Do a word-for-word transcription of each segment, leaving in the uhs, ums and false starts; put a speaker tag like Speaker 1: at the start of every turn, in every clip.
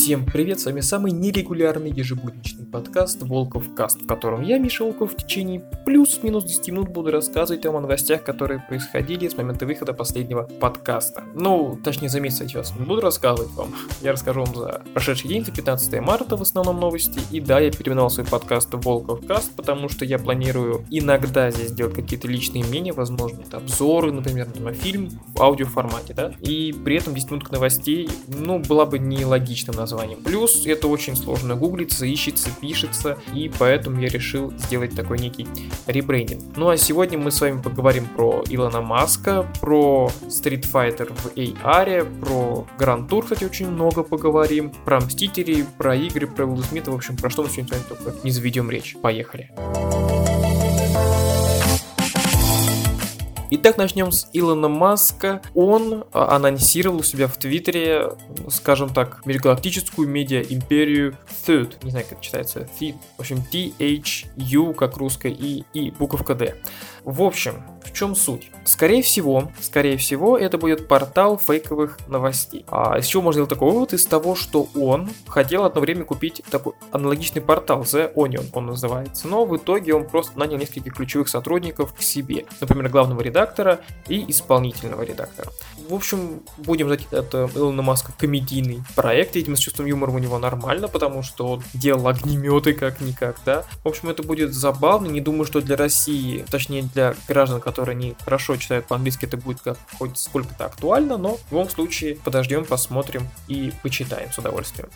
Speaker 1: Всем привет, с вами самый нерегулярный ежебудничный подкаст Волков Каст, в котором я, Миша Волков, в течение плюс-минус десять минут буду рассказывать вам о новостях, которые происходили с момента выхода последнего подкаста. Ну, точнее, за месяц сейчас не буду рассказывать вам, я расскажу вам за прошедший день, за пятнадцатое марта в основном новости. И да, я переименовал свой подкаст в Волков Каст, потому что я планирую иногда здесь делать какие-то личные мнения, возможно, это обзоры, например, на фильм в аудиоформате, да, и при этом десять минут новостей, ну, была бы нелогичным названием. Плюс это очень сложно гуглится, ищется, пишется, и поэтому я решил сделать такой некий ребрендинг. Ну а сегодня мы с вами поговорим про Илона Маска, про Street Fighter в эй ар, про Grand Tour, кстати, очень много поговорим, про Мстителей, про игры, про Уилла Смита, в общем, про что мы сегодня с вами только не заведем речь. Поехали! Итак, начнем с Илона Маска. Он анонсировал у себя в Твиттере, скажем так, межгалактическую медиа-империю Thud. Не знаю, как это читается. Thud. В общем, T-H-U, как русская, и, и буковка D. В общем, в чем суть? Скорее всего, скорее всего, это будет портал фейковых новостей. А из чего можно сделать такой вывод? Из того, что он хотел одно время купить такой аналогичный портал, The Onion он называется, но в итоге он просто нанял нескольких ключевых сотрудников к себе. Например, главного редактора и исполнительного редактора. В общем, будем ждать от Илона Маска комедийный проект. Видимо, с чувством юмора у него нормально, потому что он делал огнеметы как-никак, да. В общем, это будет забавно. Не думаю, что для России, точнее для граждан, которые не хорошо читают по-английски, это будет как хоть сколько-то актуально, но в любом случае подождем, посмотрим и почитаем с удовольствием.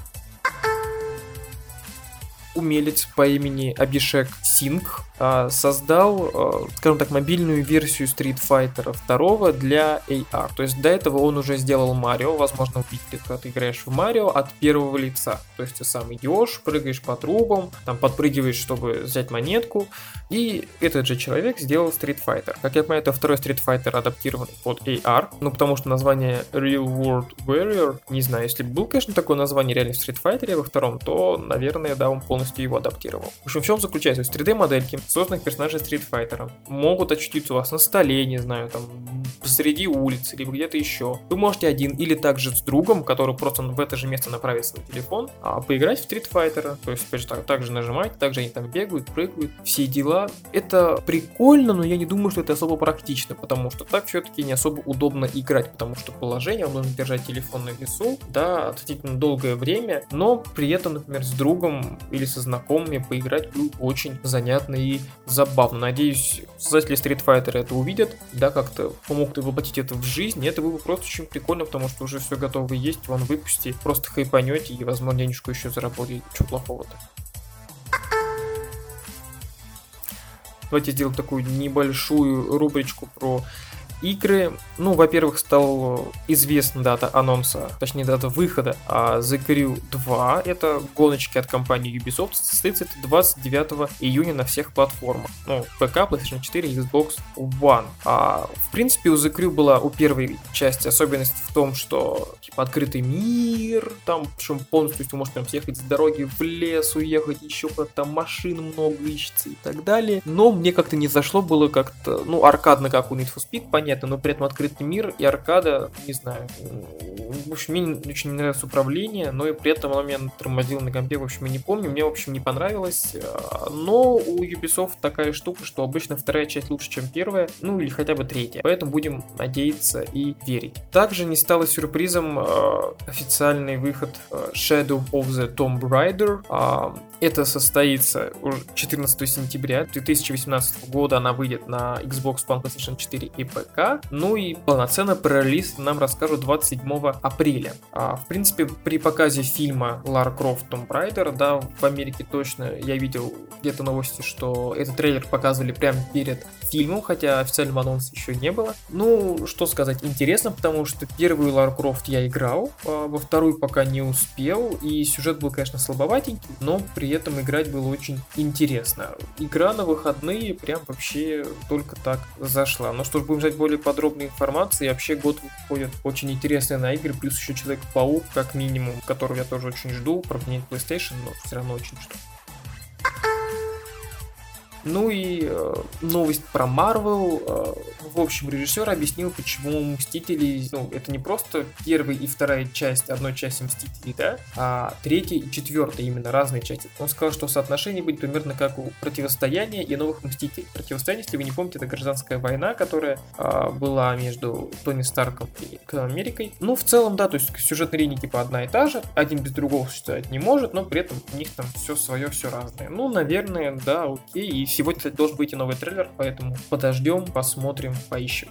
Speaker 1: Умелец по имени Абишек Сингх создал, скажем так, мобильную версию Street Fighter два для эй ар. То есть до этого он уже сделал Марио, возможно, увидите, когда ты играешь в Марио от первого лица. То есть ты сам идешь, прыгаешь по трубам, там подпрыгиваешь, чтобы взять монетку. И этот же человек сделал Street Fighter. Как я понимаю, это второй Street Fighter, адаптированный под эй ар. Ну, потому что название Real World Warrior, не знаю, если бы было, конечно, такое название реально в Street Fighter во втором, то, наверное, да, он полностью его адаптировал. В общем, в чем заключается? То есть три дэ-модельки созданных персонажей Street Fighter могут очутиться у вас на столе, не знаю, там, посреди улицы, либо где-то еще. Вы можете один или также с другом, который просто в это же место направит свой телефон, а поиграть в Street Fighter. То есть, опять же, так, так же нажимаете, также они там бегают, прыгают, все дела. Это прикольно, но я не думаю, что это особо практично, потому что так все-таки не особо удобно играть, потому что положение, вам нужно держать телефон на весу, да, относительно долгое время, но при этом, например, с другом или со знакомыми поиграть будет очень занятно и забавно. Надеюсь, создатели Street Fighter это увидят, да, как-то помогут воплотить это в жизнь, и это было бы просто очень прикольно, потому что уже все готово есть, вон выпусти, просто хайпанете и, возможно, денежку еще заработаете, что плохого-то. Давайте сделаем такую небольшую рубричку про игры. Ну, во-первых, стала известна дата анонса, точнее дата выхода The Crew два. Это гоночки от компании Ubisoft. Состоится это двадцать девятого июня на всех платформах. Ну, пэ ка, PlayStation четыре, Xbox One. А, в принципе, у The Crew была у первой части особенность в том, что типа открытый мир, там, причем полностью, то есть вы можете прям съехать с дороги в лес, уехать, еще куда-то там машин много ищется и так далее. Но мне как-то не зашло, было как-то, ну, аркадно, как у Need for Speed, понятно, но при этом открытый мир и аркада, не знаю. В общем, мне очень не нравится управление, но и при этом оно меня тормозило на компе, в общем, я не помню, мне, в общем, не понравилось. Но у Ubisoft такая штука, что обычно вторая часть лучше, чем первая, ну или хотя бы третья. Поэтому будем надеяться и верить. Также не стало сюрпризом э, официальный выход э, Shadow of the Tomb Raider. Э, это состоится четырнадцатого сентября две тысячи восемнадцатого года, она выйдет на Xbox One, PlayStation четыре и пэ ка. Ну и полноценно про релиз нам расскажут двадцать седьмого апреля. А, в принципе, при показе фильма Лара Крофт Tomb Raider, да, в Америке точно я видел где-то новости, что этот трейлер показывали прямо перед фильмом, хотя официального анонса еще не было. Ну, что сказать, интересно, потому что первую Лару Крофт я играл, а во вторую пока не успел, и сюжет был, конечно, слабоватенький, но при этом играть было очень интересно. Игра на выходные прям вообще только так зашла. Ну что ж, будем ждать более подробной информации. И вообще год выходит очень интересные на игры, плюс еще Человек-паук, как минимум, которого я тоже очень жду, правда не PlayStation, но все равно очень жду. Ну и э, новость про Марвел. Э, в общем, режиссер объяснил, почему Мстители, ну, это не просто первая и вторая часть одной части Мстителей, да, а третья и четвертая именно разные части. Он сказал, что соотношение будет примерно как у Противостояния и Новых Мстителей. Противостояние, если вы не помните, это гражданская война, которая э, была между Тони Старком и Америкой. Ну, в целом, да, то есть сюжетная линия типа одна и та же, один без другого существовать не может, но при этом у них там все свое, все разное. Ну, наверное, да, окей. И сегодня, кстати, должен быть и новый трейлер, поэтому подождем, посмотрим, поищем.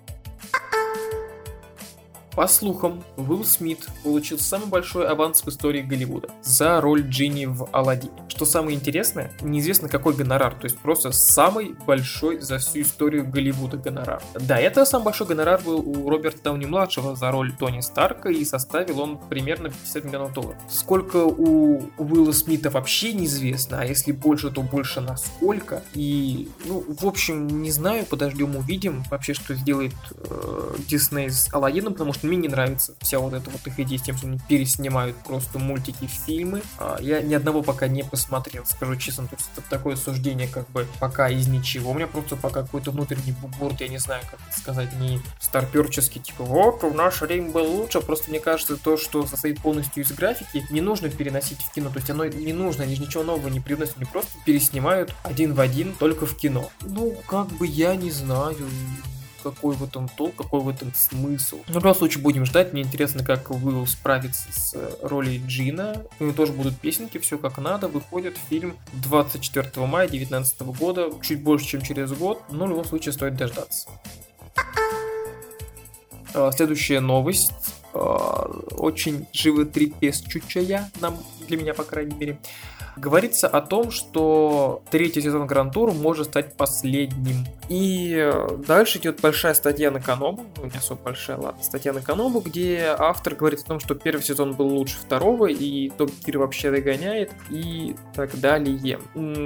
Speaker 1: По слухам, Уилл Смит получил самый большой аванс в истории Голливуда за роль Джинни в Аладдине. Что самое интересное, неизвестно какой гонорар, то есть просто самый большой за всю историю Голливуда гонорар. Да, это самый большой гонорар был у Роберта Дауни-младшего за роль Тони Старка, и составил он примерно пятьдесят миллионов долларов. Сколько у Уилла Смита вообще неизвестно, а если больше, то больше на сколько. И, ну, в общем, не знаю, подождем, увидим вообще, что сделает э, Дисней с Аладдином, потому что мне не нравится вся вот эта вот их идея с тем, что они переснимают просто мультики в фильмы. Я ни одного пока не посмотрел, скажу честно, то есть это такое суждение как бы пока из ничего. У меня просто пока какой-то внутренний бугурт, я не знаю, как это сказать, не старперческий, типа вот, в наше время было лучше, просто мне кажется, то, что состоит полностью из графики, не нужно переносить в кино, то есть оно не нужно, они же ничего нового не привносят, они просто переснимают один в один только в кино. Ну, как бы я не знаю, какой в этом толк, какой в этом смысл. В любом случае будем ждать. Мне интересно, как Уилл справится с ролью Джина. У него тоже будут песенки, все как надо. Выходит фильм двадцать четвёртого мая две тысячи девятнадцатого года, чуть больше, чем через год, но в любом случае стоит дождаться. Следующая новость. Очень животрепещущая нам, для меня, по крайней мере. Говорится о том, что третий сезон Гранд Тур может стать последним. И дальше идет большая статья на Канобу, ну не особо большая, ладно, статья на Канобу, где автор говорит о том, что первый сезон был лучше второго, и Топ Гир вообще догоняет, и так далее.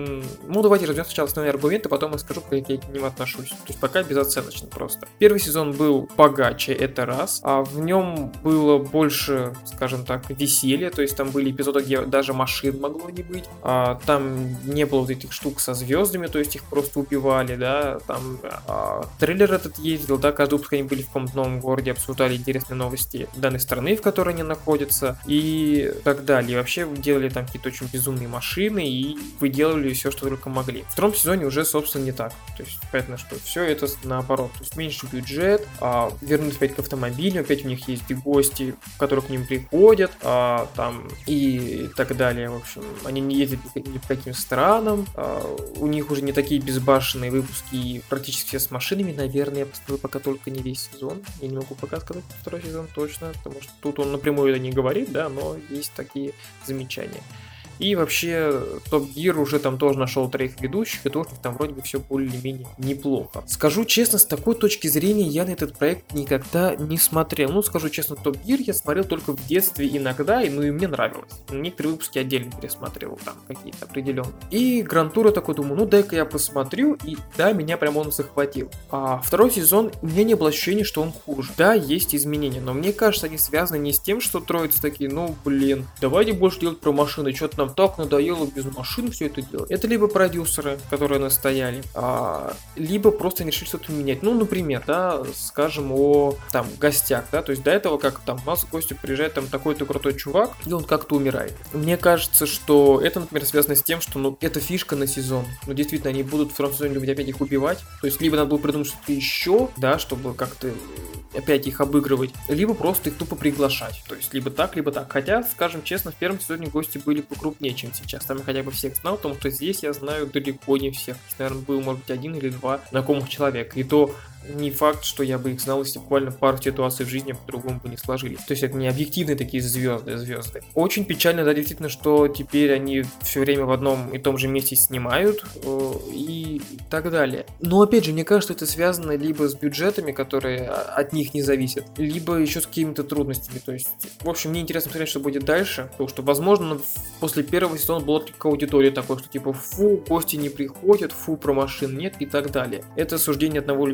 Speaker 1: Ну, давайте разберем сначала основные аргументы, потом я скажу, как я к ним отношусь. То есть пока безоценочно просто. Первый сезон был богаче, это раз, а в нем было больше, скажем так, веселья, то есть там были эпизоды, где даже машин могло не быть. А, там не было вот этих штук со звездами, то есть их просто убивали, да, там а, трейлер этот ездил, да, каждый выпуск они были в каком-то новом городе, обсуждали интересные новости данной страны, в которой они находятся, и так далее. И вообще делали там какие-то очень безумные машины и выделывали все, что только могли. В втором сезоне уже, собственно, не так. То есть, понятно, что все это наоборот. То есть, меньше бюджет, а, вернулись опять к автомобилю, опять у них есть гости, которые к ним приходят, а, там, и так далее. В общем, они не ездят ни по каким странам, у них уже не такие безбашенные выпуски, и практически все с машинами, наверное, я поставил пока только не весь сезон, я не могу пока сказать второй сезон точно, потому что тут он напрямую это не говорит, да, но есть такие замечания. И вообще, Топ Гир уже там тоже нашел троих ведущих, и тоже там вроде бы все более-менее неплохо. Скажу честно, с такой точки зрения я на этот проект никогда не смотрел. Ну, скажу честно, Топ Гир я смотрел только в детстве иногда, и ну и мне нравилось. Некоторые выпуски отдельно пересматривал, там какие-то определенные. И Гранд Тур я такой думаю, ну дай-ка я посмотрю, и да, меня прям он захватил. А второй сезон, у меня не было ощущения, что он хуже. Да, есть изменения, но мне кажется, они связаны не с тем, что троицы такие, ну блин, давайте больше делать про машины, что-то нам так надоело без машин все это делать. Это либо продюсеры, которые настояли, а, либо просто они решили что-то менять. Ну, например, да, скажем о там гостях, да, то есть до этого, как там у нас в гости приезжает там такой-то крутой чувак, и он как-то умирает. Мне кажется, что это, например, связано с тем, что, ну, это фишка на сезон. Ну, действительно, они будут в втором сезоне любить опять их убивать. То есть, либо надо было придумать что-то еще, да, чтобы как-то опять их обыгрывать, либо просто их тупо приглашать. То есть, либо так, либо так. Хотя, скажем честно, в первом сезоне гости были покрупнее, чем сейчас. Там я хотя бы всех знал, потому что здесь я знаю далеко не всех. Наверное, был, может быть, один или два знакомых человека. И то не факт, что я бы их знал, если буквально пару ситуаций в жизни по-другому бы не сложились. То есть это не объективные такие звезды, звезды. Очень печально, да, действительно, что теперь они все время в одном и том же месте снимают э, и так далее. Но опять же, мне кажется, это связано либо с бюджетами, которые от них не зависят, либо еще с какими-то трудностями. То есть, в общем, мне интересно посмотреть, что будет дальше, потому что, возможно, после первого сезона была только аудитория такой, что типа, фу, гости не приходят, фу, про машин нет и так далее. Это суждение одного человека.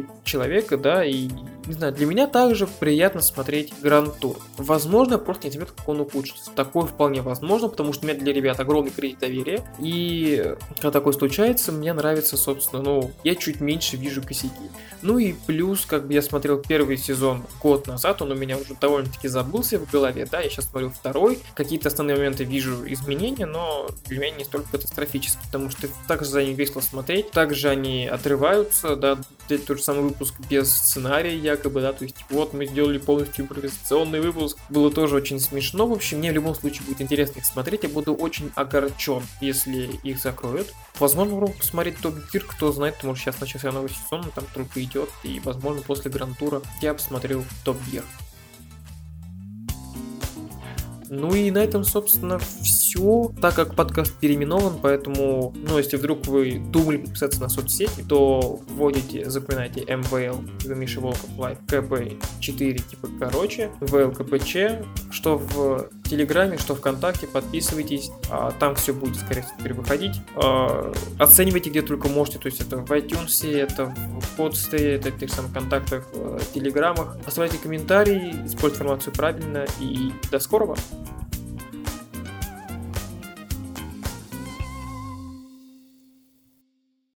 Speaker 1: человека, да, и, не знаю, для меня также приятно смотреть Гранд Тур. Возможно, просто не заметил, как он ухудшится. Такое вполне возможно, потому что у меня для ребят огромный кредит доверия, и когда такое случается, мне нравится, собственно, ну, я чуть меньше вижу косяки. Ну и плюс, как бы я смотрел первый сезон год назад, он у меня уже довольно-таки забылся в голове, да, я сейчас смотрю второй, какие-то основные моменты вижу изменения, но для меня не столько катастрофически, потому что также за ними весело смотреть, также они отрываются, да, тот же самый выпуск без сценария якобы, да, то есть вот мы сделали полностью импровизационный выпуск, было тоже очень смешно, в общем, мне в любом случае будет интересно их смотреть, я буду очень огорчен, если их закроют. Возможно, попробую посмотреть Топ Гир, кто знает, может сейчас начался новый сезон, там только идет, и возможно после Гранд-тура я посмотрел Топ Гир. Ну и на этом, собственно, все. Так как подкаст переименован, поэтому, ну, если вдруг вы думали подписаться на соцсети, то вводите, запоминайте эм вэ эл, Миша Волков Лайв, ка пэ четыре, типа, короче, вэ эл ка пэ че, что в Телеграме, что ВКонтакте, подписывайтесь, а там все будет, скорее всего, теперь выходить. А, оценивайте где только можете, то есть это в iTunes, это в Podster, это в тех самых контактах, в Телеграмах. Оставляйте комментарии, используйте информацию правильно, и до скорого!